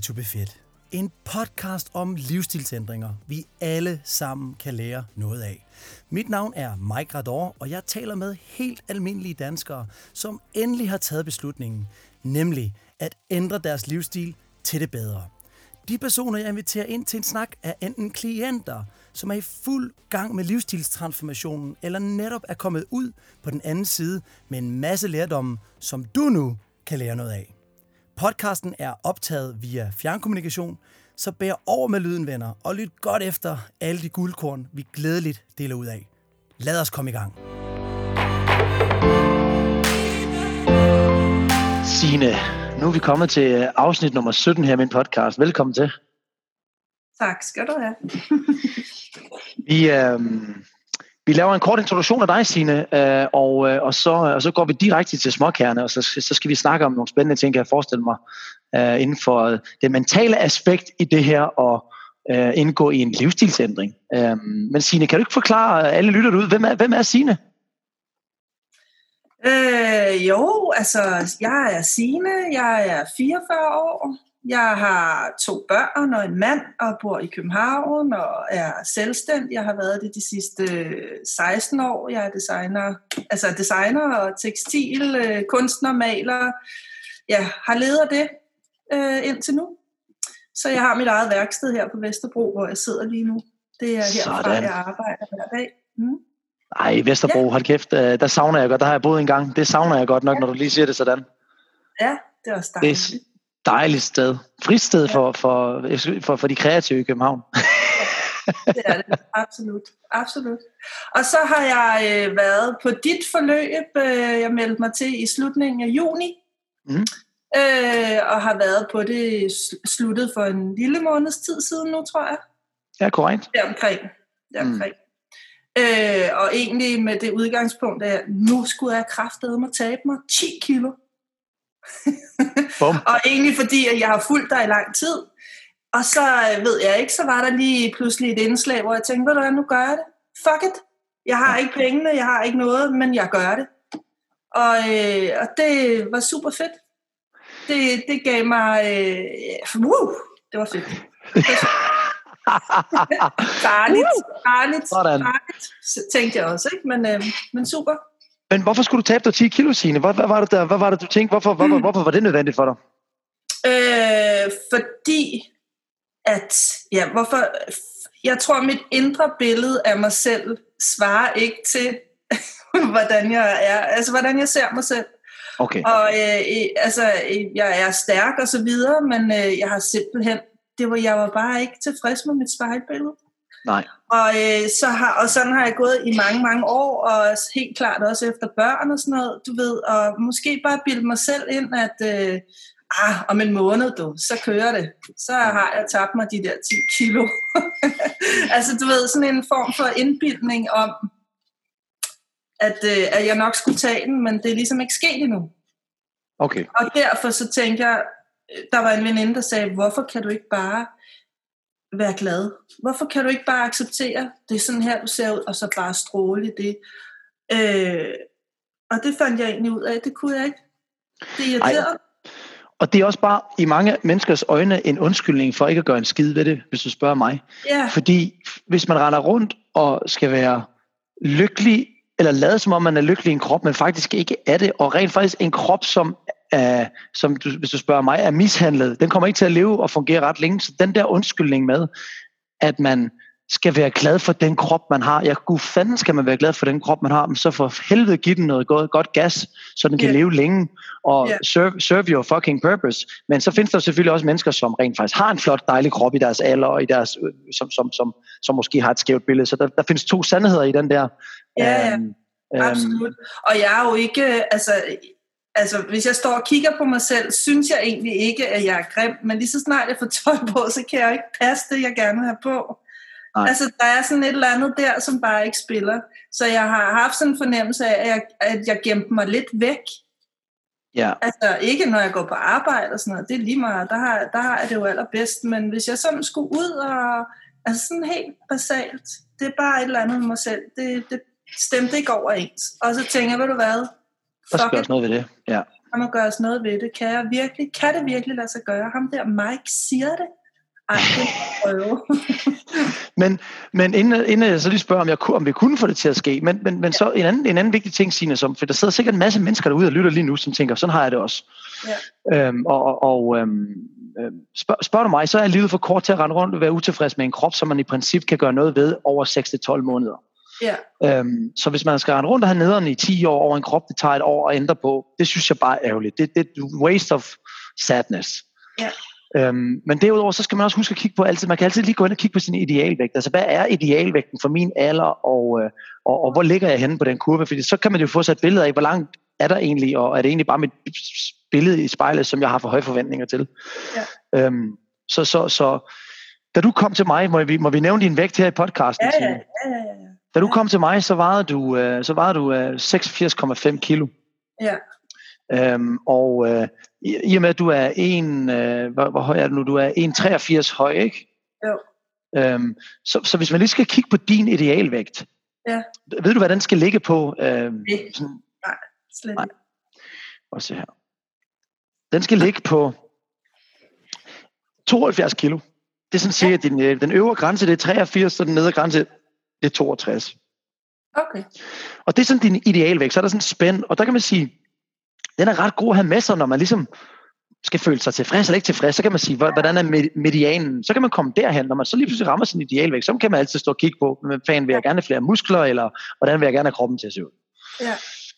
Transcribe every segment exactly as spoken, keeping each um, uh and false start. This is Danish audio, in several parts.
to be fit. En podcast om livsstilsændringer, vi alle sammen kan lære noget af. Mit navn er Mike Rador, og jeg taler med helt almindelige danskere, som endelig har taget beslutningen, nemlig at ændre deres livsstil til det bedre. De personer, jeg inviterer ind til en snak, er enten klienter, som er i fuld gang med livsstilstransformationen, eller netop er kommet ud på den anden side med en masse lærdomme, som du nu kan lære noget af. Podcasten er optaget via fjernkommunikation, så bær over med lyden, venner, og lyt godt efter alle de guldkorn, vi glædeligt deler ud af. Lad os komme i gang. Signe, nu er vi kommet til afsnit nummer sytten her i min podcast. Velkommen til. Tak skal du have. vi, øh, vi laver en kort introduktion af dig, Signe, øh, og, øh, og, så, og så går vi direkte til småkerne, og så, så skal vi snakke om nogle spændende ting, kan jeg forestille mig, øh, inden for det mentale aspekt i det her, og øh, indgå i en livsstilsændring. Øh, men Signe, kan du ikke forklare alle lytter ud, hvem er, hvem er Signe? Øh, jo, altså, jeg er Signe, jeg er fireogfyrre år, jeg har to børn og en mand, og bor i København, og er selvstændig. Jeg har været det de sidste seksten år. Jeg er designer, altså designer og tekstil, kunstner, maler. Jeg har ledet af det øh, indtil nu. Så jeg har mit eget værksted her på Vesterbro, hvor jeg sidder lige nu. Det er herfra, jeg arbejder hver dag. Mm. Ej, Vesterbro, ja. Hold kæft, der savner jeg godt. Der har jeg boet en gang. Det savner jeg godt nok, ja. Når du lige siger det sådan. Ja, det er også dejligt. Det er dejligt sted. Fristed for, for, for, for de kreative i København. Det er det, absolut. absolut. Og så har jeg øh, været på dit forløb. Øh, jeg meldte mig til i slutningen af juni. Mm. Øh, og har været på det sluttet for en lille måneds tid siden nu, tror jeg. Ja, korrekt. Deromkring. Deromkring. Mm. Øh, og egentlig med det udgangspunkt, at nu skulle jeg kraftedeme tabe mig ti kilo. Og egentlig fordi, at jeg har fulgt dig i lang tid. Og så ved jeg ikke, så var der lige pludselig et indslag, hvor jeg tænkte, ved du hvad, nu gør jeg det. Fuck it. Jeg har ikke pengene, jeg har ikke noget, men jeg gør det. Og, øh, og det var super fedt. Det, det gav mig... Øh, uh, det var fedt. Farligt, farligt, farligt, tænkte jeg også, ikke? Men, øh, men super. Men hvorfor skulle du tabe dig ti kilo, Signe? Hvad, hvad, var det der, hvad var det, du tænkte? Hvorfor, hvorfor, hvorfor var det nødvendigt for dig? Øh, fordi at... Ja, hvorfor... Jeg tror, mit indre billede af mig selv svarer ikke til, hvordan jeg er. Altså, hvordan jeg ser mig selv. Okay. Og øh, altså, jeg er stærk og så videre, men øh, jeg har simpelthen... Det var, jeg var bare ikke tilfreds med mit spejlbillede. Nej. Og, øh, så har, og sådan har jeg gået i mange, mange år, og helt klart også efter børn og sådan noget, du ved, og måske bare bilde mig selv ind, at øh, ah, om en måned, du, så kører det. Så har jeg tabt mig de der ti kilo. Altså, du ved, sådan en form for indbildning om, at, øh, at jeg nok skulle tage den, men det er ligesom ikke sket endnu. Okay. Og derfor så tænker jeg, der var en veninde, der sagde, hvorfor kan du ikke bare være glad? Hvorfor kan du ikke bare acceptere, det er sådan her, du ser ud, og så bare stråle i det? Øh, og det fandt jeg egentlig ud af, det kunne jeg ikke. Det irriterede. Og det er også bare i mange menneskers øjne en undskyldning for ikke at gøre en skid ved det, hvis du spørger mig. Ja. Fordi hvis man render rundt og skal være lykkelig, eller lade som om man er lykkelig i en krop, men faktisk ikke er det, og rent faktisk en krop, som Uh, som du, hvis du spørger mig, er mishandlet, den kommer ikke til at leve og fungere ret længe. Så den der undskyldning med, at man skal være glad for den krop, man har. Ja, gud fanden skal man være glad for den krop, man har, men så for helvede give den noget godt, godt gas, så den kan yeah. leve længe og yeah. serve, serve your fucking purpose. Men så findes der selvfølgelig også mennesker, som rent faktisk har en flot, dejlig krop i deres alder, og i deres, som, som, som, som måske har et skævt billede. Så der, der findes to sandheder i den der. Ja, yeah, um, yeah. absolut. Um, og jeg er jo ikke, altså... Altså, hvis jeg står og kigger på mig selv, synes jeg egentlig ikke, at jeg er grim, men lige så snart jeg får tøj på, så kan jeg ikke passe det, jeg gerne vil have på. Nej. Altså, der er sådan et eller andet der, som bare ikke spiller. Så jeg har haft sådan en fornemmelse af, at jeg, at jeg gemte mig lidt væk. Ja. Altså, ikke når jeg går på arbejde og sådan noget, det er lige meget, der har, der har jeg det jo allerbedst, men hvis jeg sådan skulle ud og, altså sådan helt basalt, det er bare et eller andet med mig selv, det, det stemte ikke overens. Og så tænker jeg, ved du hvad, der skal også noget ved det, ja. Der må gøres noget ved det. Kan jeg virkelig, kan det virkelig lade sig gøre? Ham der Mike siger det. Ej, det prøve. men, men inden, inden jeg så lige spørger, om, jeg, om vi kunne få det til at ske, men, men, men ja. så en anden, en anden vigtig ting, Signe, som, for der sidder sikkert en masse mennesker derude og lytter lige nu, som tænker, sådan har jeg det også. Ja. Øhm, og og øhm, spørg, spørger du mig, så er livet for kort til at rende rundt og være utilfreds med en krop, som man i princip kan gøre noget ved over seks til tolv måneder. Ja. Øhm, så hvis man skal rende rundt og have nederen i ti år over en krop, det tager et år at ændre på, det synes jeg bare er ærgerligt. Det, det er waste of sadness. Ja. Øhm, men derudover, så skal man også huske at kigge på altid, man kan altid lige gå ind og kigge på sin idealvægt. Altså, hvad er idealvægten for min alder, og, øh, og, og hvor ligger jeg henne på den kurve? Fordi så kan man jo få sig et billede af, hvor langt er der egentlig, og er det egentlig bare mit billede i spejlet, som jeg har for høje forventninger til. Ja. Øhm, så, så, så, da du kom til mig, må vi, må vi nævne din vægt her i podcasten? Ja, ja, ja, ja, ja. Da du kom til mig, så vejede du, øh, så vejede du øh, seksogfirs komma fem kilo. Ja. Øhm, og øh, i, i og med at du er en, øh, hvor, hvor høj er du nu? Du er en komma treogfirs høj, ikke? Jo. Øhm, så, så hvis man lige skal kigge på din idealvægt, ja. Ved du hvad den skal ligge på? Øhm, sådan, nej, slet ikke. Prøv at se her. Den skal ligge på tooghalvfjerds kilo. Det er sådan cirka, ja. din, den øvre grænse det er treogfirs, og den nedre grænse det er toogtres. Okay. Og det er sådan din idealvægt. Så er der sådan en spænd, og der kan man sige, den er ret god at have med sig, når man ligesom skal føle sig tilfreds eller ikke tilfreds. Så kan man sige, hvordan er medianen? Så kan man komme derhen, når man så lige pludselig rammer sin idealvægt. Så kan man altid stå og kigge på, men fanden vil jeg gerne have flere muskler, eller hvordan vil jeg gerne have kroppen til at se ud. Ja.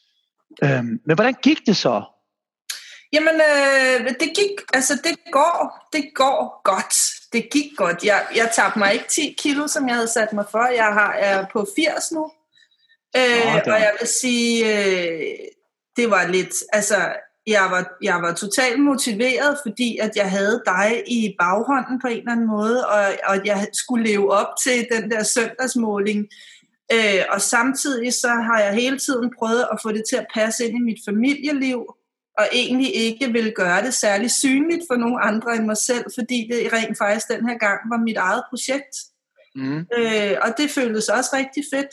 Øhm, men hvordan gik det så? Jamen, øh, det gik, altså det går, det går godt. Det gik godt. Jeg, jeg tabte mig ikke ti kilo, som jeg havde sat mig for. Jeg har, er på firs nu. Øh, oh, og jeg vil sige, øh, det var lidt, altså, jeg var, jeg var totalt motiveret, fordi at jeg havde dig i baghånden på en eller anden måde, og, og jeg skulle leve op til den der søndagsmåling. Øh, og samtidig så har jeg hele tiden prøvet at få det til at passe ind i mit familieliv, og egentlig ikke vil gøre det særlig synligt for nogen andre end mig selv, fordi det rent faktisk den her gang var mit eget projekt. Mm. Øh, og det føltes også rigtig fedt.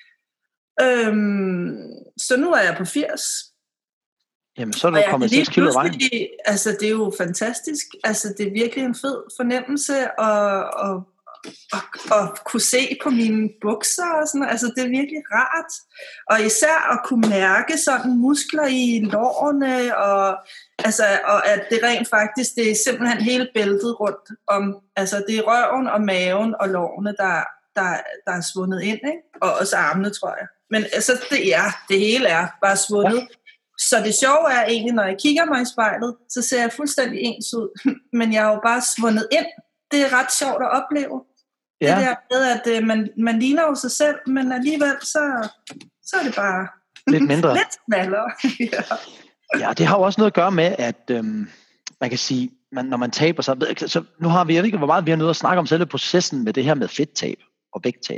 Øhm, så nu er jeg på firs. Jamen, så er du kommet seks kilo vej. Altså, det er jo fantastisk. Altså, det er virkelig en fed fornemmelse at, at, at, at kunne se på mine bukser og sådan. Altså, det er virkelig rart. Og især at kunne mærke sådan muskler i lårene, og, altså, og at det rent faktisk, det er simpelthen hele bæltet rundt om, altså, det er røven og maven og lårene, der, der, der er svundet ind, ikke? Og også armene, tror jeg. Men altså, det er, det hele er bare svundet. Ja. Så det sjove er egentlig, når jeg kigger mig i spejlet, så ser jeg fuldstændig ens ud. Men jeg er jo bare svundet ind. Det er ret sjovt at opleve. Ja. Det der med, at uh, man, man ligner jo sig selv, men alligevel, så, så er det bare lidt mindre. Lidt smallere. Ja. Ja, det har jo også noget at gøre med, at øhm, man kan sige, man, når man taber sig, så nu har vi, jeg ved ikke, hvor meget vi har nødt at snakke om selve processen med det her med fedttab og vægttab.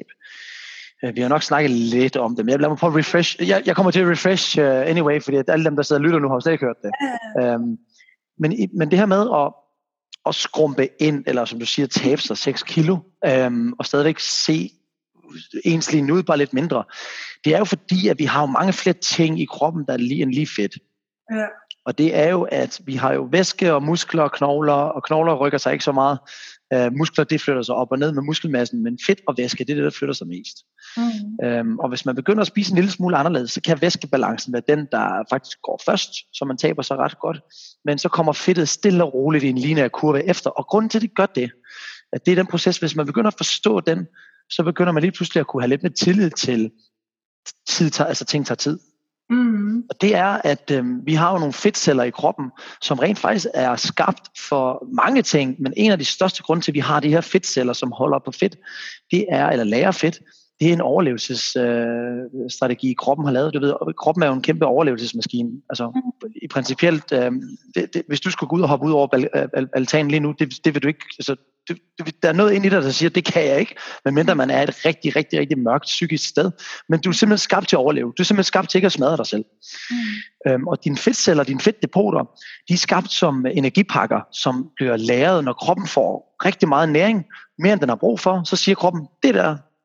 Vi har nok snakket lidt om det, men jeg lader mig prøve at refresh. Jeg, jeg kommer til at refresh uh, anyway, fordi alle dem, der sidder og lytter nu, har slet ikke hørt det. Ja. Um, men, men det her med at, at skrumpe ind, eller som du siger, tabe sig seks kilo, um, og stadigvæk se ens lignende ud, bare lidt mindre, det er jo fordi, at vi har jo mange flere ting i kroppen, der er lige end lige fedt. Ja. Og det er jo, at vi har jo væske og muskler og knogler, og knogler rykker sig ikke så meget. Uh, muskler, det flytter sig op og ned med muskelmassen, men fedt og væske, det er det, der flytter sig mest. Mm. Um, og hvis man begynder at spise en lille smule anderledes, så kan væskebalancen være den, der faktisk går først, så man taber sig ret godt. Men så kommer fedtet stille og roligt i en lineær kurve efter. Og grunden til, at det gør det, at det er den proces, hvis man begynder at forstå den, så begynder man lige pludselig at kunne have lidt mere tillid til, tid tager, altså ting tager tid. Mm. Og det er, at øh, vi har jo nogle fedtceller i kroppen, som rent faktisk er skabt for mange ting, men en af de største grunde til, at vi har de her fedtceller, som holder på fedt, det er, eller lagrer fedt, det er en overlevelsesstrategi, øh, kroppen har lavet. Du ved, kroppen er jo en kæmpe overlevelsesmaskine. Altså, mm. i principielt, øh, det, det, hvis du skulle gå ud og hoppe ud over bal, al, altanen lige nu, det, det vil du ikke, altså, det, det, der er noget inde i dig, der siger, det kan jeg ikke, medmindre man er et rigtig, rigtig, rigtig mørkt psykisk sted. Men du er simpelthen skabt til at overleve. Du er simpelthen skabt til ikke at smadre dig selv. Mm. Øhm, og dine fedtceller, dine fedtdepoter, de er skabt som energipakker, som bliver lagret, når kroppen får rigtig meget næring, mere end den har brug for. Så siger kroppen, det der,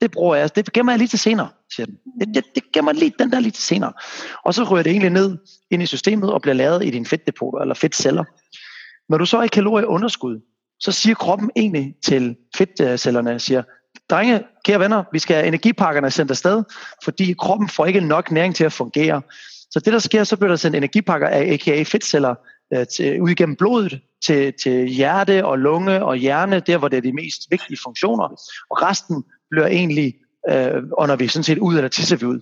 det bruger jeg, det gemmer jeg lige til senere, siger den. Det, det, det gemmer lige, den der lige til senere. Og så ryger det egentlig ned ind i systemet og bliver lavet i dine fedtdepoter eller fedtceller. Når du så er i kalorieunderskud, så siger kroppen egentlig til fedtcellerne, siger, drenge, kære venner, vi skal have energipakkerne sendt afsted, fordi kroppen får ikke nok næring til at fungere. Så det der sker, så bliver der sendt energipakker af a k a fedtceller øh, til, ud igennem blodet til, til hjerte og lunge og hjerne, der hvor det er de mest vigtige funktioner, og resten bliver egentlig, øh, ånder vi sådan set ud, eller tisser vi ud.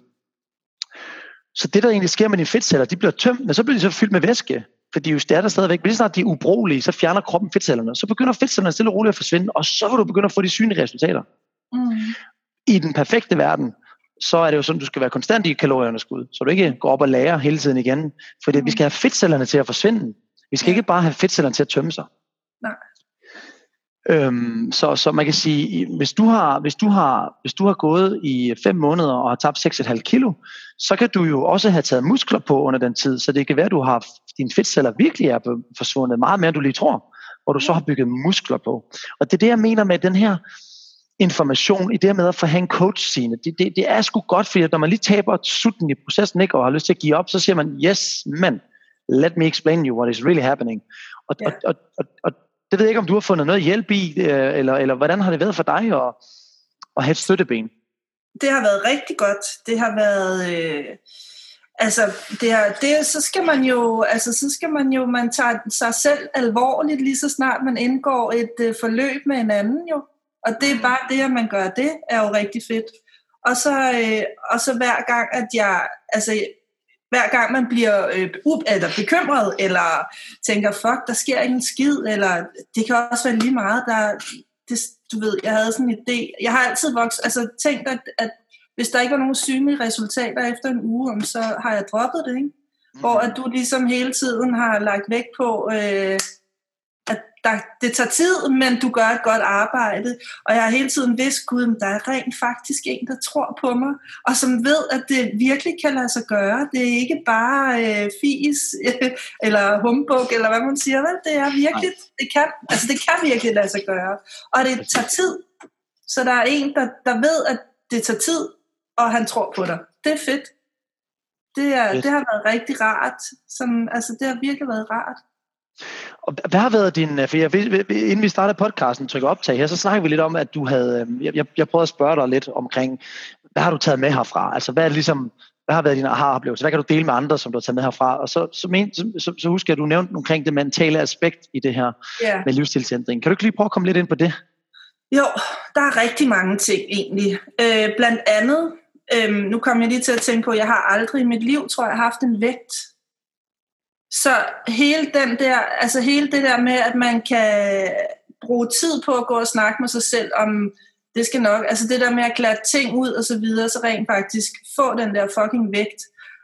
Så det der egentlig sker med dine fedtceller, de bliver tømt, men så bliver de så fyldt med væske, fordi just det er der stadigvæk. Hvis snart de er ubrugelige, så fjerner kroppen fedtcellerne, så begynder fedtcellerne stille og roligt at forsvinde, og så vil du begynde at få de synlige resultater. Mm. I den perfekte verden, så er det jo sådan, at du skal være konstant i kalorieunderskud, så du ikke går op og lærer hele tiden igen, fordi mm. vi skal have fedtcellerne til at forsvinde. Vi skal ja. ikke bare have fedtcellerne til at tømme sig. Nej. Øhm, så, så man kan sige, hvis du har, hvis du har, hvis du har gået i fem måneder og har tabt seks komma fem kilo, så kan du jo også have taget muskler på under den tid, så det kan være, at du har, dine fedtceller virkelig er forsvundet meget mere, end du lige tror, hvor du så har bygget muskler på. Og det er det, jeg mener med den her information, i det med at få en coach sine. Det, det, det er sgu godt, fordi når man lige taber sutten i processen, ikke, og har lyst til at give op, så siger man, yes, men let me explain you what is really happening. Og, yeah. og, og, og, og det ved jeg ikke, om du har fundet noget hjælp i, eller, eller hvordan har det været for dig at, at have et støtteben? Det har været rigtig godt. Det har været... Øh, altså, det har, det, så skal man jo... Altså, så skal man jo... Man tager sig selv alvorligt, lige så snart man indgår et øh, forløb med en anden, jo. Og det er bare det, at man gør det, er jo rigtig fedt. Og så, øh, og så hver gang, at jeg... Altså, hver gang man bliver øh, up, eller bekymret, eller tænker, fuck, der sker ikke en skid, eller det kan også være lige meget, der, det, du ved, jeg havde sådan en idé. Jeg har altid vokset, altså tænkt, at, at hvis der ikke var nogen synlige resultater efter en uge, så har jeg droppet det, ikke? Mm. Hvor at du ligesom hele tiden har lagt vægt på, øh, at der, det tager tid, men du gør et godt arbejde. Og jeg har hele tiden vidst, gud, der er rent faktisk en, der tror på mig, og som ved, at det virkelig kan lade sig gøre. Det er ikke bare øh, fis, øh, eller humbug, eller hvad man siger, vel? Det er virkelig, det kan, altså det kan virkelig lade sig gøre. Og det tager tid. Så der er en, der, der ved, at det tager tid, og han tror på dig. Det er fedt. Det, er, yes. det har været rigtig rart. Som, altså det har virkelig været rart. Og hvad har været din, for jeg, inden vi startede podcasten, trykker optag her, så snakker vi lidt om, at du havde, jeg, jeg prøvede at spørge dig lidt omkring, hvad har du taget med herfra? Altså hvad er ligesom, hvad har været dine aha-oplevelser? Hvad kan du dele med andre, som du har taget med herfra? Og så, så, men, så, så, så husker jeg, at du nævnte omkring det mentale aspekt i det her yeah. med livsstilsændring. Kan du ikke lige prøve at komme lidt ind på det? Jo, der er rigtig mange ting egentlig. Øh, blandt andet, øh, nu kommer jeg lige til at tænke på, at jeg har aldrig i mit liv, tror jeg, haft en vægt. Så hele den der, altså hele det der med, at man kan bruge tid på at gå og snakke med sig selv om, det skal nok, altså det der med at klare ting ud og så videre, så rent faktisk få den der fucking vægt.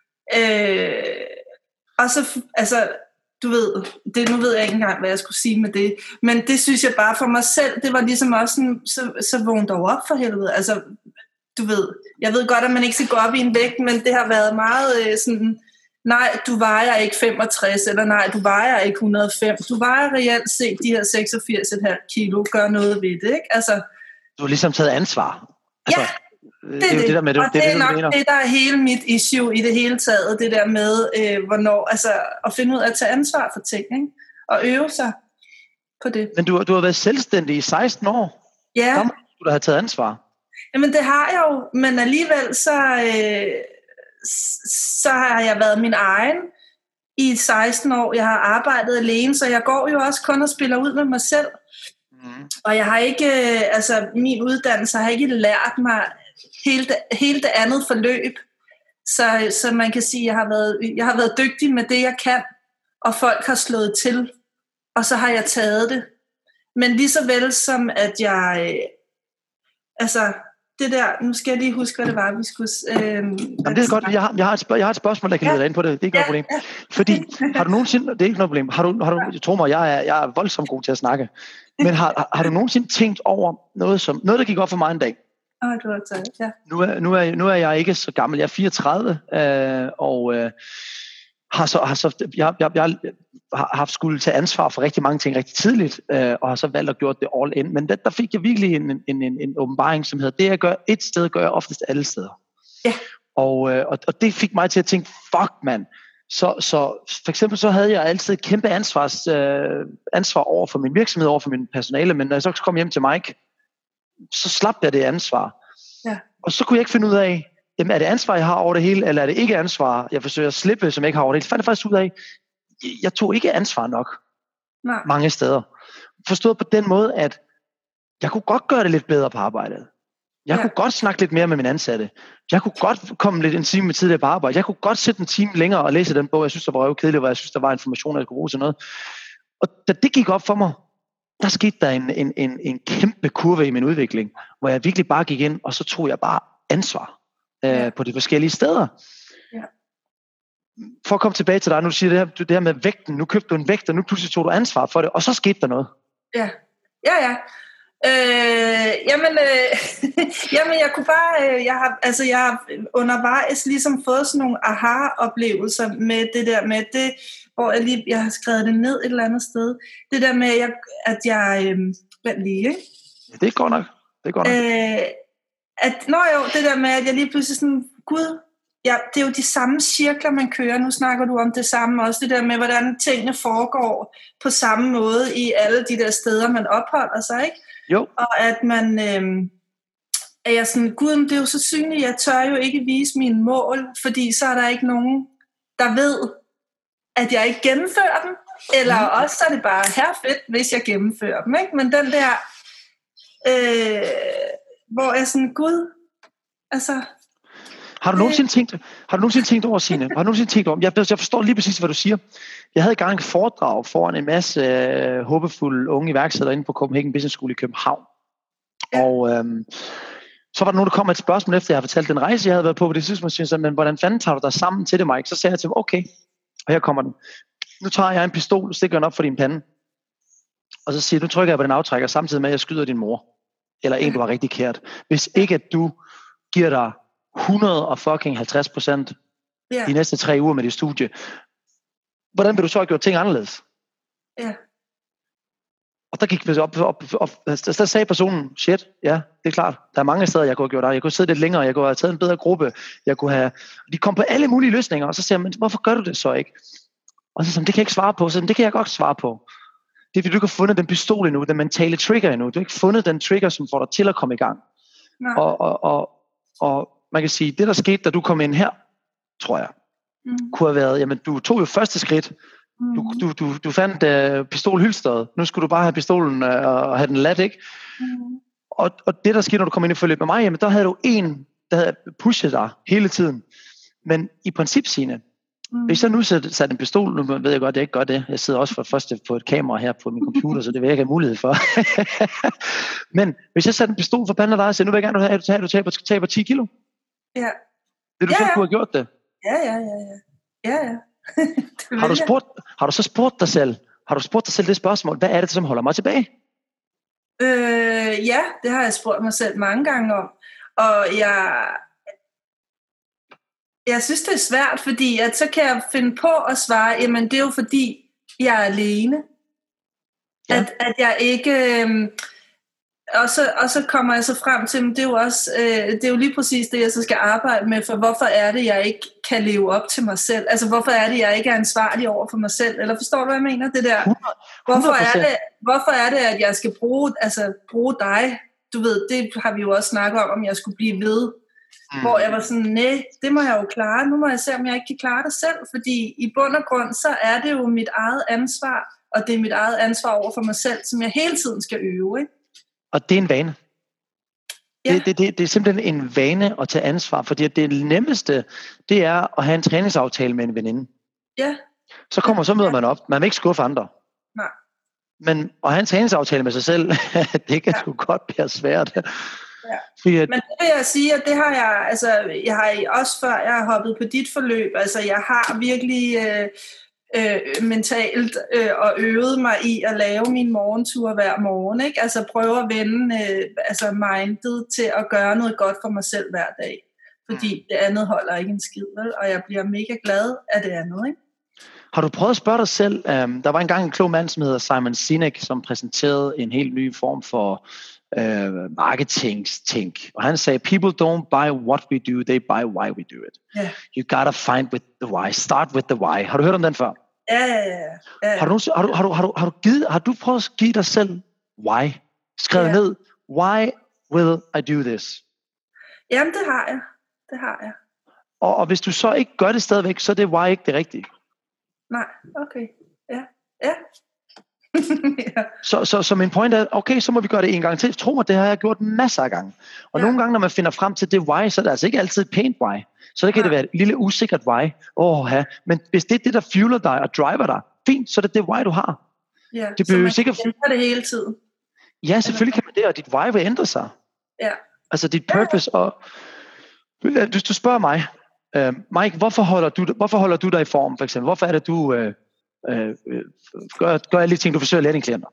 Øh, og så, altså, du ved, det, nu ved jeg ikke engang, hvad jeg skulle sige med det, men det synes jeg bare for mig selv, det var ligesom også sådan, så, så vågn dog op for helvede, altså, du ved, jeg ved godt, at man ikke skal gå op i en vægt, men det har været meget øh, sådan, nej, du vejer ikke femogtres, eller nej, du vejer ikke et hundrede og fem. Du vejer reelt set de her seksogfirs komma fem kilo, gør noget ved det, ikke? Altså, du har ligesom taget ansvar. Altså, ja, det er det. det, det, der med, det og det, det er det, nok det, der er hele mit issue i det hele taget, det der med, øh, hvornår, altså, at finde ud af at tage ansvar for ting, ikke? Og øve sig på det. Men du, du har været selvstændig i seksten år. Ja. Der må du da have taget ansvar. Jamen, det har jeg jo, men alligevel så... Øh, så har jeg været min egen i seksten år. Jeg har arbejdet alene, så jeg går jo også kun og spiller ud med mig selv. Mm. Og jeg har ikke, altså min uddannelse har ikke lært mig hele det, hele det andet forløb. Så, så man kan sige, at jeg har, været, jeg har været dygtig med det, jeg kan, og folk har slået til, og så har jeg taget det. Men lige så vel som, at jeg, altså... Det der, nu skal jeg lige huske, hvad det var, vi skulle... Øh, Jamen, det er godt, jeg har, jeg, har et spørg, jeg har et spørgsmål, der kan lede dig ind på det. Det er ikke ja, noget problem. Ja. Fordi, har du nogensinde... Det er ikke noget problem. Har du, har du, tro mig, jeg er, jeg er voldsomt god til at snakke. Men har, har, har du nogensinde tænkt over noget, som, noget der gik op for mig en dag? Åh, oh, du har taget, ja. Nu er, nu, er, nu er jeg ikke så gammel. Jeg er fireogtredive, øh, og øh, har så, har så jeg, jeg, jeg har haft skulle tage ansvar for rigtig mange ting rigtig tidligt, øh, og har så valgt at gjort det all in. Men der, der fik jeg virkelig en, en, en, en åbenbaring, som hedder, det jeg gør et sted, gør jeg oftest alle steder. Ja. Og, øh, og, og det fik mig til at tænke, fuck mand. Så, så for eksempel så havde jeg altid et kæmpe ansvars, øh, ansvar over for min virksomhed, over for min personale, men når jeg så kom hjem til Mike, så slap jeg det ansvar. Ja. Og så kunne jeg ikke finde ud af, jamen er det ansvar, jeg har over det hele, eller er det ikke ansvar, jeg forsøger at slippe, som jeg ikke har over det hele. Så fandt jeg faktisk ud af, jeg tog ikke ansvar nok. Nej. Mange steder. Forstået på den måde, at jeg kunne godt gøre det lidt bedre på arbejdet. Jeg ja. kunne godt snakke lidt mere med mine ansatte. Jeg kunne godt komme lidt en time tidligere på arbejde. Jeg kunne godt sætte en time længere og læse den bog, jeg synes, der var røvkedelig, hvor jeg synes, der var information, jeg kunne bruge til noget. Og da det gik op for mig, der skete der en, en, en, en kæmpe kurve i min udvikling, hvor jeg virkelig bare gik ind, og så tog jeg bare ansvar øh, ja. på de forskellige steder. Ja. For at komme tilbage til dig, nu siger det her, det her med vægten, nu købte du en vægt, og nu pludselig tog du ansvar for det, og så skete der noget. Ja, ja, ja. Øh, jamen, øh, jamen, jeg kunne bare, øh, jeg har, altså, jeg har undervejs ligesom fået sådan nogle aha-oplevelser med det der med det, hvor jeg lige, jeg har skrevet det ned et eller andet sted. Det der med, jeg, at jeg, øh, vent lige, ikke? Ja, det er godt nok. Det er godt nok. Øh, at, nå jo, det der med, at jeg lige pludselig sådan, gud, ja, det er jo de samme cirkler, man kører. Nu snakker du om det samme også, det der med, hvordan tingene foregår på samme måde i alle de der steder, man opholder sig, ikke? Jo. Og at man, øh, er jeg sådan, gud, det er jo så synligt, jeg tør jo ikke vise mine mål, fordi så er der ikke nogen, der ved, at jeg ikke gennemfører dem, eller mm. også så er det bare her fedt, hvis jeg gennemfører dem, ikke? Men den der, øh, hvor jeg sådan, gud, altså... Har du nogensinde tænkt, har du nogensinde tænkt over, Signe? Har du nogensinde tænkt over, jeg, jeg forstår lige præcis, hvad du siger. Jeg havde engang et foredrag foran en masse øh, håbefulde unge iværksættere inde på Copenhagen Business School i København. Ja. Og øhm, så var der nogen, der kom med et spørgsmål, efter jeg havde fortalt den rejse, jeg havde været på på det tidspunkt, så men hvordan fanden tager du dig sammen til det, Mike? Så sagde jeg til dem, okay, og her kommer den. Nu tager jeg en pistol, stikker den op for din pande, og så siger du, nu trykker jeg på den aftrækker, samtidig med, at jeg skyder din mor. Eller en, du var rigtig kært. Hvis ikke, at du giver dig hundrede og fucking halvtreds procent yeah. de næste tre uger med dit studie, hvordan vil du så have gjort ting anderledes? Ja. Yeah. Og der gik vi op, op, op, der sagde personen, shit, ja, det er klart, der er mange steder, jeg kunne have gjort det. Jeg kunne sidde lidt længere, jeg kunne have taget en bedre gruppe, jeg kunne have, de kom på alle mulige løsninger, og så siger jeg, men hvorfor gør du det så ikke? Og så siger det kan jeg ikke svare på, så det kan jeg godt svare på. Det er fordi, du ikke har fundet den pistol endnu, den mentale trigger endnu, du har ikke fundet den trigger, som får dig til at komme i gang. Og, og, og, og man kan sige, det der skete, da du kom ind her, tror jeg, mm. kunne have været, jamen du tog jo første skridt, mm. du, du, du, du fandt uh, pistolhylstret, nu skulle du bare have pistolen uh, og have den lat, ikke? Mm. Og, og det der skete, når du kom ind i forløb med mig, jamen der havde du en, der havde pushet dig hele tiden. Men i princip, Signe, mm. hvis jeg nu satte en pistol, nu ved jeg godt, at jeg ikke gør det, jeg sidder også for først på et kamera her på min computer, så det vil jeg ikke have mulighed for. Men hvis jeg satte en pistol for panden af dig, og siger, nu vil jeg gerne have, at du taber, taber, taber ti kilo. Ja. Vil du ja, så ja. kunne have gjort det? Ja, ja, ja, ja. ja, ja. har, du spurgt, har du så spurgt dig selv, har du spurgt dig selv det spørgsmål, hvad er det, som holder mig tilbage? Øh, ja, det har jeg spurgt mig selv mange gange om. Og jeg, jeg synes, det er svært, fordi at så kan jeg finde på at svare, jamen det er jo fordi, jeg er alene. Ja. At, at jeg ikke... Øh, Og så, og så kommer jeg så frem til, det er jo også, øh, det er jo lige præcis det, jeg så skal arbejde med, for hvorfor er det, jeg ikke kan leve op til mig selv? Altså, hvorfor er det, jeg ikke er ansvarlig over for mig selv? Eller forstår du, hvad jeg mener? Det der, hvorfor er det, hvorfor er det, at jeg skal bruge, altså, bruge dig? Du ved, det har vi jo også snakket om, om jeg skulle blive ved. Mm. Hvor jeg var sådan, nej, det må jeg jo klare. Nu må jeg se, om jeg ikke kan klare det selv, fordi i bund og grund, så er det jo mit eget ansvar, og det er mit eget ansvar over for mig selv, som jeg hele tiden skal øve, ikke? Og det er en vane. Ja. Det, det, det, det er simpelthen en vane at tage ansvar, fordi det nemmeste, det er at have en træningsaftale med en veninde. Ja. Så kommer, så møder man op. Man vil ikke skuffe andre. Nej. Men at have en træningsaftale med sig selv, det kan ja. sgu godt blive svært. Ja. Fordi, at, men det vil jeg sige, at det har jeg, altså, jeg har også før jeg har hoppet på dit forløb, altså jeg har virkelig... Øh, Øh, mentalt øh, og øvede mig i at lave min morgentur hver morgen, ikke? Altså prøve at vende øh, altså mindet til at gøre noget godt for mig selv hver dag, fordi det andet holder ikke en skid, vel? Og jeg bliver mega glad af det andet, ikke? Har du prøvet at spørge dig selv, um, der var engang en klog mand, som hedder Simon Sinek, som præsenterede en helt ny form for uh, marketing-tænk, og han sagde, people don't buy what we do, they buy why we do it. Yeah. You gotta find with the why, start with the why. Har du hørt om den før? Ja, ja, ja. ja. Har, du, har, du, har, du, har, du, har, du givet, har du prøvet at give dig selv why? Skrevet Yeah. ned, why will I do this? Jamen, det har jeg. Det har jeg. Og, og hvis du så ikke gør det stadigvæk, så er det why ikke det rigtige. Nej, okay. Ja, ja. ja. Så, så, så min point er, okay, så må vi gøre det en gang til. Tro mig, det har jeg gjort masser af gange. Og ja. nogle gange, når man finder frem til det why, så er det altså ikke altid et pænt why. Så det kan ja. det være et lille usikkert why. Åh, ja. Men hvis det er det, der fueler dig og driver dig, fint, så er det det why, du har. Ja, det så man sikkert... kan det hele tiden. Ja, selvfølgelig kan man det, og dit why vil ændre sig. Ja. Altså dit purpose. Ja. Og hvis du spørger mig, uh, Mike, hvorfor holder, du, hvorfor holder du dig i form, for eksempel? Hvorfor er det, du uh, uh, gør, gør alle de ting, du forsøger at lære dine klienter?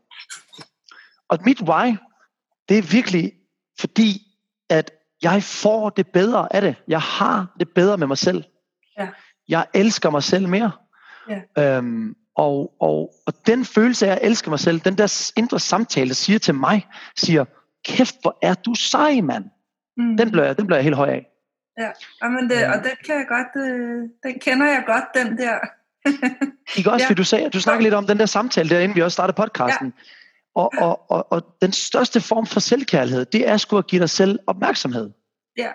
Og mit why, det er virkelig fordi, at jeg får det bedre af det. Jeg har det bedre med mig selv. Ja. Jeg elsker mig selv mere. Ja. Um, og, og, og den følelse af at elske mig selv, den der indre samtale, der siger til mig, siger, kæft, hvor er du sej, mand. Mm. Den, bliver, den bliver jeg helt høj af. Ja, men det, og den kan jeg godt, øh, den kender jeg godt, den der. Ikke også, ja. fordi du sagde, du snakkede lidt om den der samtale, der inden vi også startede podcasten. Ja. Og, og, og, og den største form for selvkærlighed, det er sgu at give dig selv opmærksomhed. Ja.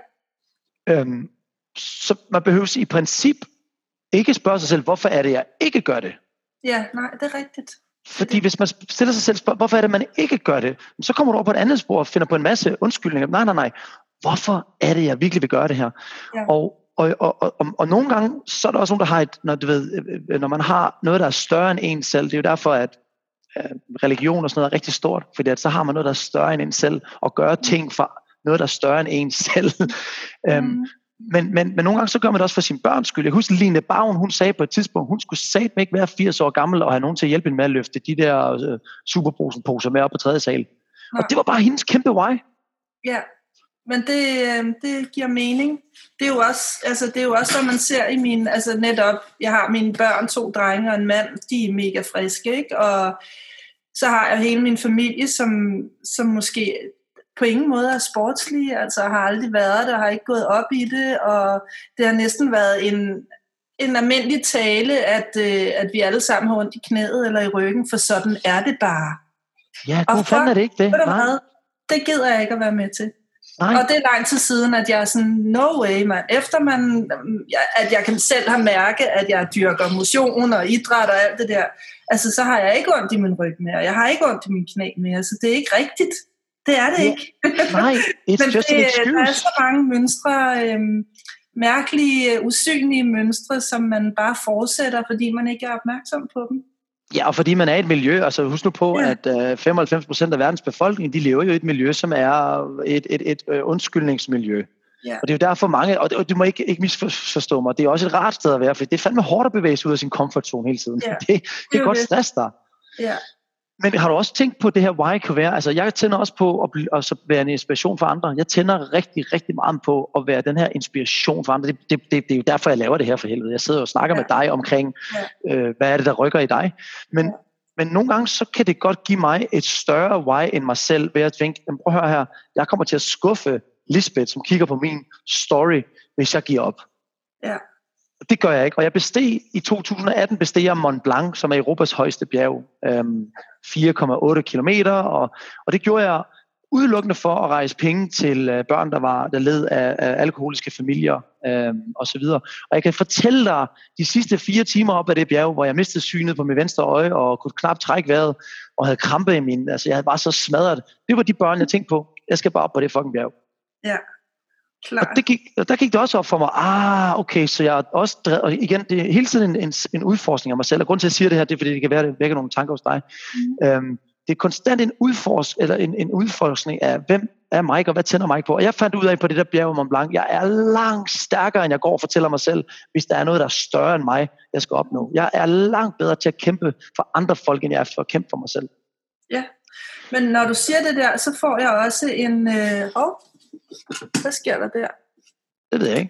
Øhm, så man behøver i princip ikke spørge sig selv, hvorfor er det, jeg ikke gør det? Ja, nej, det er rigtigt. Fordi det. Hvis man stiller sig selv spørg, hvorfor er det, man ikke gør det? Så kommer du over på et andet spor og finder på en masse undskyldninger. Nej, nej, nej. Hvorfor er det, jeg virkelig vil gøre det her? Ja. Og, og, og, og, og, og nogle gange, så er der også nogen, der har et, når, du ved, når man har noget, der er større end en selv. Det er jo derfor, at øh, religion og sådan noget er rigtig stort. Fordi at så har man noget, der er større end en selv, og gøre ting for noget, der er større end en selv. Mm. øhm, Men, men, men nogle gange så gør man det også for sin børns skyld. Jeg husker Line Bavn, hun sagde på et tidspunkt, hun skulle satme ikke være firs år gammel og have nogen til at hjælpe hende med at løfte de der uh, superbrusenposer med op på tredje sal. Nej. Og det var bare hendes kæmpe why. Ja, men det, det giver mening. Det er jo også, altså det er jo også, når man ser i min, altså netop, jeg har mine børn, to drenge og en mand, de er mega friske, ikke? Og så har jeg hele min familie, som, som måske på ingen måde er sportslige, altså har aldrig været der, har ikke gået op i det, og det har næsten været en, en almindelig tale, at, øh, at vi alle sammen har ondt i knæet eller i ryggen, for sådan er det bare. Ja, du fanden er det ikke det. Hvad, det gider jeg ikke at være med til. Nej. Og det er lang tid siden, at jeg er sådan, no way, man. Efter man, at jeg kan selv have mærke, at jeg dyrker motion og idræt og alt det der, altså så har jeg ikke ondt i min ryg mere, jeg har ikke ondt i min knæ mere, så det er ikke rigtigt. Det er det yeah. ikke. Nej, it's men just det, an excuse. Der er så mange mønstre, øhm, mærkelige, usynlige mønstre, som man bare fortsætter, fordi man ikke er opmærksom på dem. Ja, og fordi man er i et miljø, altså husk nu på, ja. at øh, femoghalvfems procent af verdens befolkning, de lever jo i et miljø, som er et, et, et øh, undskyldningsmiljø. Ja. Og det er jo derfor mange, og, det, og du må ikke, ikke misforstå mig, det er også et rart sted at være, for det er fandme hårdt at bevæge sig ud af sin comfort zone hele tiden. Ja. Det, det, det er godt stress der. Ja. Men har du også tænkt på det her why kan være? Altså jeg tænder også på at, blive, at være en inspiration for andre. Jeg tænder rigtig, rigtig meget på at være den her inspiration for andre. Det, det, det, det er jo derfor, jeg laver det her for helvede. Jeg sidder og snakker ja. med dig omkring, ja. øh, hvad er det, der rykker i dig. Men, ja. men nogle gange, så kan det godt give mig et større why end mig selv, ved at tænke, prøv at høre her, jeg kommer til at skuffe Lisbeth, som kigger på min story, hvis jeg giver op. Ja. Det gør jeg ikke, og jeg besteg i to tusind atten besteg jeg Mont Blanc, som er Europas højeste bjerg, øhm, fire komma otte kilometer, og, og det gjorde jeg udelukkende for at rejse penge til øh, børn, der var der led af, af alkoholiske familier øhm, og så videre. Og jeg kan fortælle dig, de sidste fire timer op ad det bjerg, hvor jeg mistede synet på mit venstre øje og kunne knap trække vejret og havde krampe i min, altså jeg var så smadret. Det var de børn, jeg tænkte på. Jeg skal bare op på det fucking bjerg. Ja. Klar. Og det gik, der gik det også op for mig, ah, okay, så jeg er også drevet, og igen, det er hele tiden en, en, en udforskning af mig selv, og grunden til, at jeg siger det her, det er, fordi det kan være, det vækker nogle tanker hos dig. Mm. Øhm, det er konstant en, udforsk, eller en, en udforskning af, hvem er Mike, og hvad tænder Mike på, og jeg fandt ud af på det der bjerg Mont Blanc, jeg er langt stærkere, end jeg går og fortæller mig selv, hvis der er noget, der er større end mig, jeg skal opnå. Jeg er langt bedre til at kæmpe for andre folk, end jeg er for at kæmpe for mig selv. Ja, men når du siger det der, så får jeg også en, øh, oh, hvad sker der der? Det ved jeg ikke.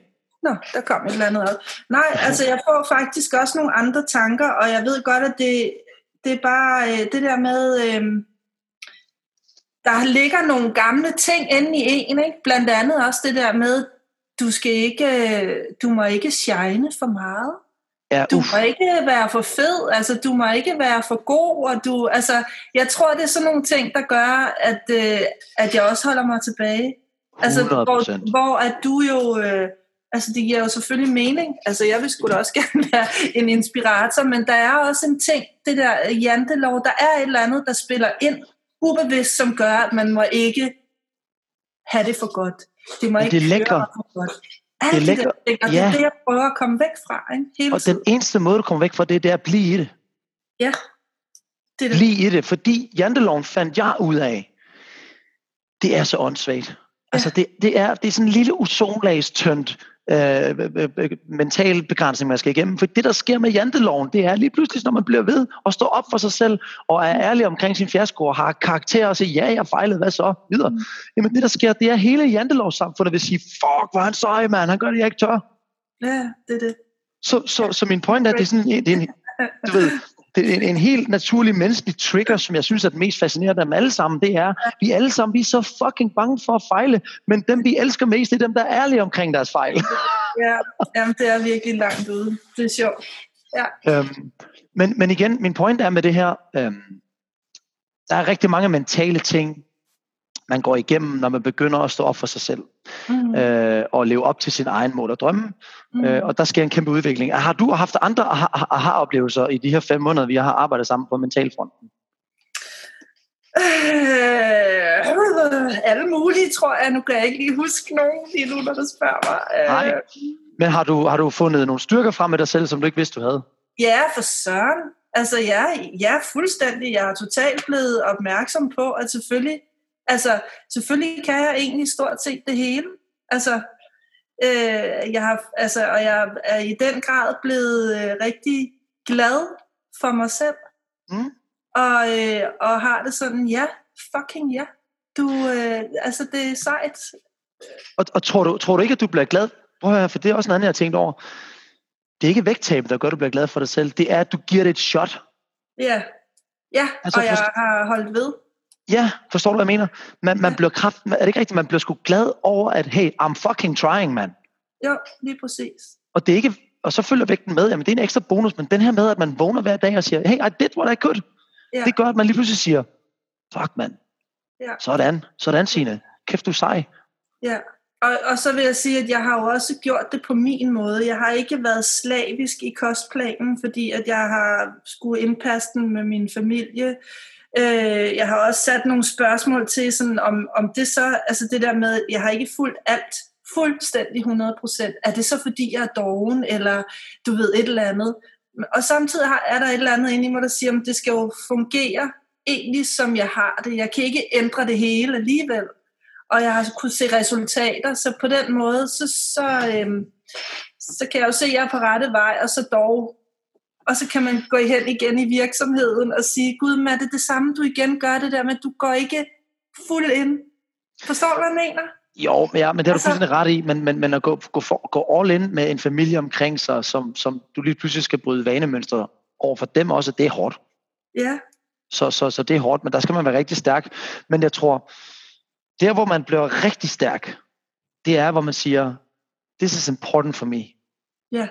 Nå, der kom et eller andet op. Nej, altså jeg får faktisk også nogle andre tanker, og jeg ved godt, at det, det er bare øh, det der med, øh, der ligger nogle gamle ting inde i en, ikke? Blandt andet også det der med, du skal ikke, du må ikke shine for meget. Ja, du må ikke være for fed, altså du må ikke være for god, og du, altså jeg tror, det er sådan nogle ting, der gør, at, øh, at jeg også holder mig tilbage. Altså, hvor, hvor at du jo, øh, altså det giver jo selvfølgelig mening, altså jeg vil sgu da også gerne være en inspirator, men der er også en ting, det der jantelov, der er et eller andet, der spiller ind ubevidst, som gør, at man må ikke have det for godt. Det må men ikke det er lækker. for godt. Alt det, det, der, og ja. det er det, jeg prøver at komme væk fra. Ikke? Hele og tiden. Den eneste måde, du kommer væk fra det, det er at blive i det. Ja. Det er det. Blive i det, fordi janteloven fandt jeg ud af, det er så åndssvagt. Ja. Altså det, det, er, det er sådan en lille ozonlagstønt øh, mental begrænsning, man skal igennem. For det, der sker med janteloven, det er lige pludselig, når man bliver ved at stå op for sig selv, og er ærlig omkring sin fiasko, og har karakter og siger, ja, jeg fejlede, hvad så? Videre. Mm. Jamen det, der sker, det er hele jantelovssamfundet vil sige, fuck, hvor er han sej, mand, han gør det, jeg ikke tør. Ja, det er det. Så, så, så min point er, det er sådan, det er en, du ved, det er en, en helt naturlig menneskelig trigger, som jeg synes er det mest fascinerende af dem alle sammen, det er, vi alle sammen, vi er så fucking bange for at fejle, men dem vi elsker mest, det er dem, der er ærlige omkring deres fejl. Ja, jamen, det er virkelig langt ude. Det er sjovt. Ja. Øhm, men, men igen, min point er med det her, øhm, der er rigtig mange mentale ting, man går igennem, når man begynder at stå op for sig selv, mm. øh, og leve op til sin egen mål og drømme, mm. øh, og der sker en kæmpe udvikling. Har du haft andre aha-oplevelser i de her fem måneder, vi har arbejdet sammen på mentalfronten? Øh, alle mulige, tror jeg. Nu kan jeg ikke lige huske nogen lige nu, når du spørger mig. Nej, men har du, har du fundet nogle styrker frem med dig selv, som du ikke vidste, du havde? Ja, for søren. Altså, ja, ja, fuldstændig. Jeg er totalt blevet opmærksom på, at selvfølgelig, altså, selvfølgelig kan jeg egentlig stort set det hele. Altså, øh, jeg har, altså, og jeg er i den grad blevet øh, rigtig glad for mig selv. Mm. Og, øh, og har det sådan, ja, fucking ja. Du, øh, altså, det er sejt. Og, og tror, du, tror du ikke, at du bliver glad? Prøv at høre, for det er også noget andet, jeg har tænkt over. Det er ikke vægttabet, der gør, at du bliver glad for dig selv. Det er, at du giver det et shot. Ja, ja, altså, og jeg forst- har holdt ved. Ja, forstår du, hvad jeg mener? Man, man ja. bliver kraft, er det ikke rigtigt? Man bliver sgu glad over, at hey, I'm fucking trying, man. Jo, lige præcis. Og det er ikke, og så følger vægten med, jamen det er en ekstra bonus, men den her med, at man vågner hver dag og siger, hey, I did what I could. Ja. Det gør, at man lige pludselig siger, fuck, man. Ja. Sådan, sådan, Signe. Kæft, du er sej. Ja. Og, og så vil jeg sige, at jeg har jo også gjort det på min måde. Jeg har ikke været slavisk i kostplanen, fordi at jeg har skulle indpasse den med min familie. Øh, jeg har også sat nogle spørgsmål til, sådan om, om det så, altså det der med, jeg har ikke fulgt alt fuldstændig hundrede procent. Er det så fordi, jeg er doven, eller du ved et eller andet? Og samtidig er der et eller andet inde i mig, der siger, at det skal jo fungere egentlig, som jeg har det. Jeg kan ikke ændre det hele alligevel. Og jeg har kunnet se resultater, så på den måde, så, så, øhm, så kan jeg jo se, at jeg er på rette vej, og så dog, og så kan man gå hen igen i virksomheden og sige, gud, men er det det samme, du igen gør det der med, at du går ikke fuld ind. Forstår du, hvad jeg mener? Jo, men, ja, men det har altså, du fuldstændig ret i, men, men, men at gå, gå, for, gå all in med en familie omkring sig, som, som du lige pludselig skal bryde vanemønstre over for dem også, det er hårdt. Ja. Så, så, så det er hårdt, men der skal man være rigtig stærk. Men jeg tror, der hvor man bliver rigtig stærk, det er, hvor man siger, this is important for me. Ja.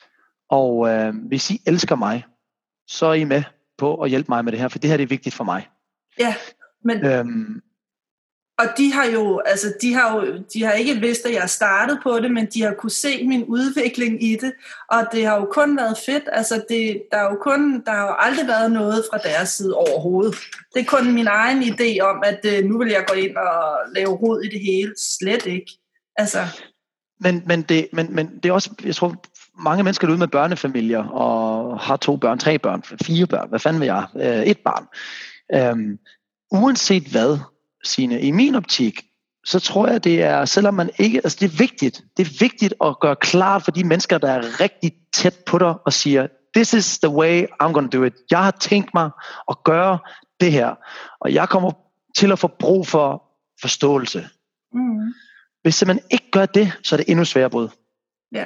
Og øh, hvis I elsker mig, så er I med på at hjælpe mig med det her, for det her det er vigtigt for mig. Ja, men... Øhm, Og de har jo, altså de har jo, de har ikke vidst, at jeg startede på det, men de har kunne se min udvikling i det, og det har jo kun været fedt. Altså det, der er jo kun, der har jo aldrig været noget fra deres side overhovedet. Det er kun min egen idé om, at uh, nu vil jeg gå ind og lave rod i det hele. Slet ikke. Altså. Men, men, det, men, men det er også, jeg tror, mange mennesker er ude med børnefamilier, og har to børn, tre børn, fire børn, hvad fanden vil jeg? Øh, et barn. Øhm, uanset hvad, Signe, i min optik, så tror jeg, det er, selvom man ikke, altså det er vigtigt, det er vigtigt at gøre klart for de mennesker, der er rigtig tæt på dig, og siger, this is the way I'm gonna do it. Jeg har tænkt mig at gøre det her, og jeg kommer til at få brug for forståelse. Mm. Hvis man ikke gør det, så er det endnu sværere brud. Ja.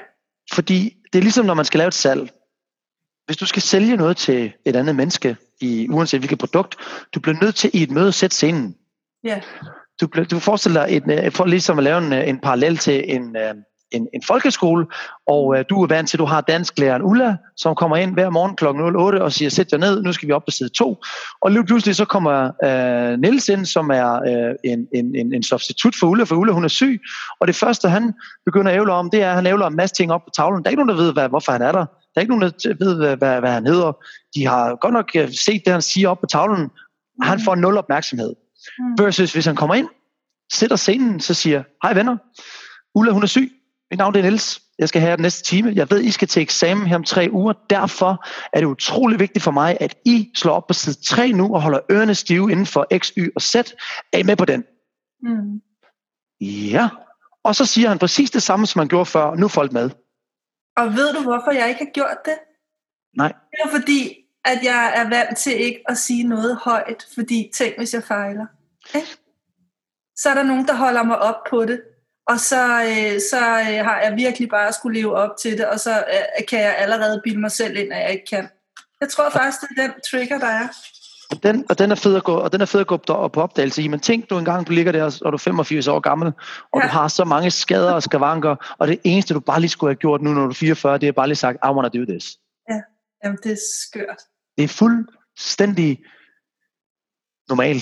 Fordi det er ligesom, når man skal lave et salg. Hvis du skal sælge noget til et andet menneske, i uanset hvilket produkt, du bliver nødt til i et møde at sætte scenen. Ja. Du, du forestiller dig, et, for ligesom at lave en, en parallel til en, en, en folkeskole, og uh, du er vant til, at du har dansklæreren Ulla, som kommer ind hver morgen klokken nul otte og siger, sæt jer ned, nu skal vi op på side to. Og lige pludselig så kommer uh, Niels ind, som er uh, en, en, en, en substitut for Ulla, for Ulla hun er syg, og det første han begynder at ævle om, det er, at han ævler en masse ting op på tavlen. Der er ikke nogen, der ved, hvad, hvorfor han er der. Der er ikke nogen, der ved, hvad, hvad, hvad han hedder. De har godt nok set det, han siger op på tavlen. Han får nul opmærksomhed. Versus hvis han kommer ind, sætter scenen, så siger, hej venner, Ulla hun er syg, mit navn er Niels, jeg skal have den næste time, jeg ved I skal til eksamen her om tre uger, derfor er det utrolig vigtigt for mig, at I slår op på side tre nu, og holder ørerne stive inden for X, Y og Z. Er I med på den? Mm. Ja, og så siger han præcis det samme, som han gjorde før, nu er folk med. Og ved du, hvorfor jeg ikke har gjort det? Nej. Det er fordi, at jeg er vant til ikke at sige noget højt, fordi tænk, hvis jeg fejler. Okay? Så er der nogen, der holder mig op på det, og så, øh, så øh, har jeg virkelig bare skulle leve op til det, og så øh, kan jeg allerede bilde mig selv ind, at jeg ikke kan. Jeg tror faktisk, det er den trigger, der er. Den, og den er fed at gå, og den er fed at gå på opdagelse i. Men tænk du engang, du ligger der, og du er femogfirs år gammel, og ja. Du har så mange skader og skavanker, og det eneste, du bare lige skulle have gjort nu, når du er fireogfyrre, det er bare lige sagt, I wanna do this. Ja, jamen det er skørt. Det er fuldstændig normalt.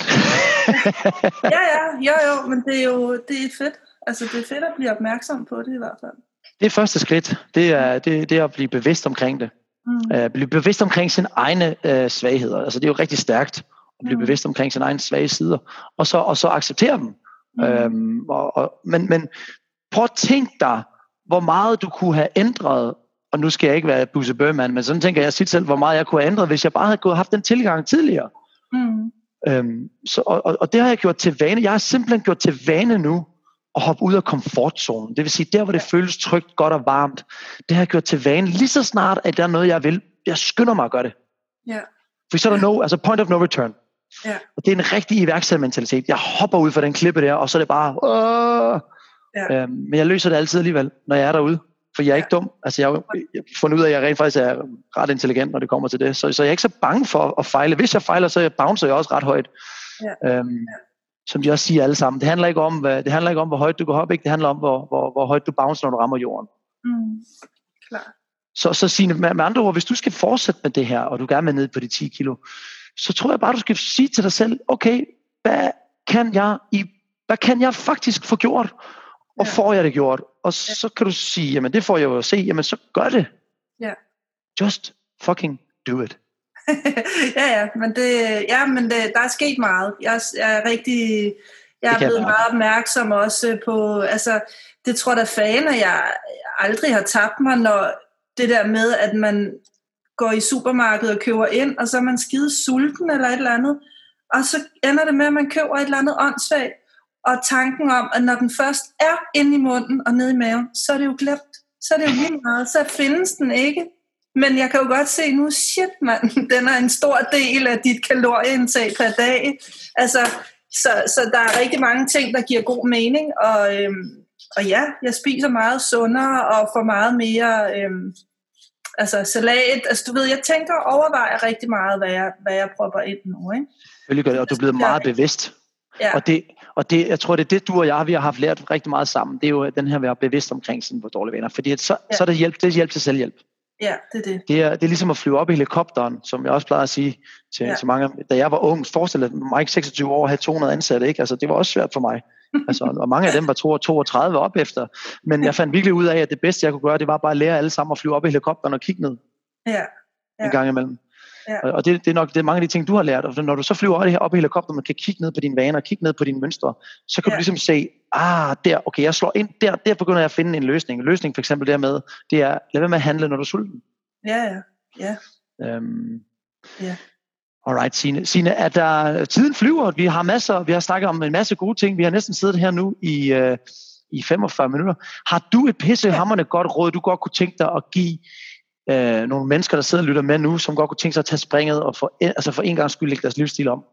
ja, ja, jo, jo, men det er jo det er fedt. Altså, det er fedt at blive opmærksom på det i hvert fald. Det er første skridt. Det er, det, det er at blive bevidst omkring det. Mm. Uh, blive bevidst omkring sine egne uh, svagheder. Altså, det er jo rigtig stærkt at blive mm. bevidst omkring sine egne svage sider. Og så, og så acceptere dem. Mm. Um, og, og, men, men prøv at tænke dig, hvor meget du kunne have ændret. Og nu skal jeg ikke være Busse Bøhmann, men sådan tænker jeg sit selv, hvor meget jeg kunne have ændret, hvis jeg bare havde gået haft den tilgang tidligere. Mm. Um, så, og, og det har jeg gjort til vane. Jeg har simpelthen gjort til vane nu at hoppe ud af komfortzonen. Det vil sige, der hvor det føles trygt, godt og varmt, det har jeg gjort til vane. Lige så snart, at der er noget, jeg vil, jeg skynder mig at gøre det. Ja. For så er der no, altså point of no return. Ja. Og det er en rigtig iværksættermentalitet. Jeg hopper ud fra den klippe der, og så er det bare, åh! Ja. Um, men jeg løser det altid alligevel, når jeg er derude. For jeg er ikke dum. Altså, jeg har fundet ud af, at jeg rent faktisk er ret intelligent, når det kommer til det. Så, så jeg er ikke så bange for at fejle. Hvis jeg fejler, så bouncer jeg også ret højt. Ja. Um, ja. Som de også siger alle sammen. Det handler ikke om, hvad, det handler ikke om hvor højt du går op. Ikke? Det handler om, hvor, hvor, hvor højt du bouncer, når du rammer jorden. Mm. Klar. Så, så Signe, med, med andre ord, hvis du skal fortsætte med det her, og du gerne vil ned på de ti kilo, så tror jeg bare, du skal sige til dig selv, okay, hvad kan jeg, i, hvad kan jeg faktisk få gjort? Og ja. Får jeg det gjort? Og så kan du sige, jamen det får jeg jo at se, jamen så gør det. Ja. Just fucking do it. ja, ja, men, det, ja, men det, der er sket meget. Jeg, jeg er rigtig, jeg er blevet meget opmærksom også på, altså det tror jeg da fan, at jeg aldrig har tabt mig, når det der med, at man går i supermarkedet og køber ind, og så er man skide sulten eller et eller andet, og så ender det med, at man køber et eller andet åndssvagt, og tanken om, at når den først er inde i munden og nede i maven, så er det jo glemt. Så er det jo lige meget. Så findes den ikke. Men jeg kan jo godt se nu, shit mand, den er en stor del af dit kalorieindtag per dag. Altså, så, så der er rigtig mange ting, der giver god mening. Og, øhm, og ja, jeg spiser meget sundere og får meget mere øhm, altså salat. Altså du ved, jeg tænker og overvejer rigtig meget, hvad jeg, hvad jeg propper ind nu. Ikke? Og du er blevet meget bevidst. Ja. Og, det, og det, jeg tror, det er det, du og jeg, vi har haft lært rigtig meget sammen. Det er jo den her, at være bevidst omkring sådan, hvor dårlige venner. Fordi så, ja. så er det hjælp, det er hjælp til selvhjælp. Ja, det er det. Det er, det er ligesom at flyve op i helikopteren, som jeg også plejer at sige til, ja. til mange. Da jeg var ung, forestillede mig seksogtyve år, havde to hundrede ansatte, ikke? Altså, det var også svært for mig. Altså, og mange af dem var toogtredive op efter. Men jeg fandt virkelig ud af, at det bedste, jeg kunne gøre, det var bare at lære alle sammen at flyve op i helikopteren og kigge ned. Ja. Ja. En gang imellem. Ja. Og det, det er nok det er mange af de ting, du har lært. Og når du så flyver op i helikopteren, man kan kigge ned på dine vaner, kigge ned på dine mønstre, så kan ja. du ligesom se, ah, der, okay, jeg slår ind, der, der begynder jeg at finde en løsning. En løsning for eksempel dermed, det er, lad være med at handle, når du er sulten. Ja, ja, ja. Øhm, ja. Alright, Signe. Signe, er der, tiden flyver, vi har masser, vi har snakket om en masse gode ting, vi har næsten siddet her nu i, øh, i femogfyrre minutter. Har du et pissehammerende ja. godt råd, du godt kunne tænke dig at give øh, nogle mennesker, der sidder og lytter med nu, som godt kunne tænke sig at tage springet og for, altså for en gang skyld lægge deres livsstil om?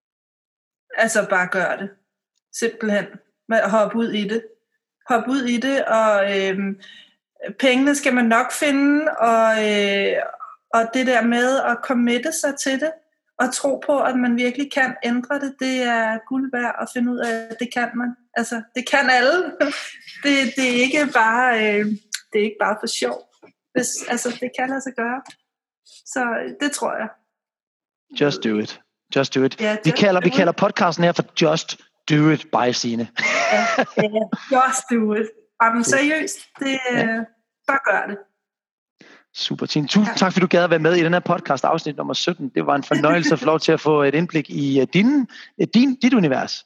Altså bare gør det. Simpelthen. Med at hoppe ud i det. Hoppe ud i det, og øhm, pengene skal man nok finde, og, øh, og det der med at committe sig til det, og tro på, at man virkelig kan ændre det, det er guld værd at finde ud af, at det kan man. Altså, det kan alle. Det, det, er, ikke bare, øh, det er ikke bare for sjov. Hvis, altså, det kan lade sig gøre. Så det tror jeg. Just do it. Just do it. Ja, vi, kalder, vi kalder podcasten her for Just Do It by Signe. ja, ja, just do it. Jamen seriøst, det, ja. Bare gør det. Super, Signe. Tusind tak, fordi du gad at være med i den her podcast, afsnit nummer sytten. Det var en fornøjelse at få lov til at få et indblik i din, din, dit univers.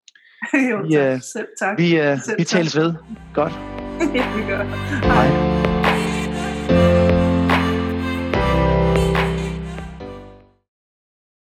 Jo, tak. Selv tak. Vi, uh, Selv vi tales tak. ved. Godt. Ja, vi gør. Hej.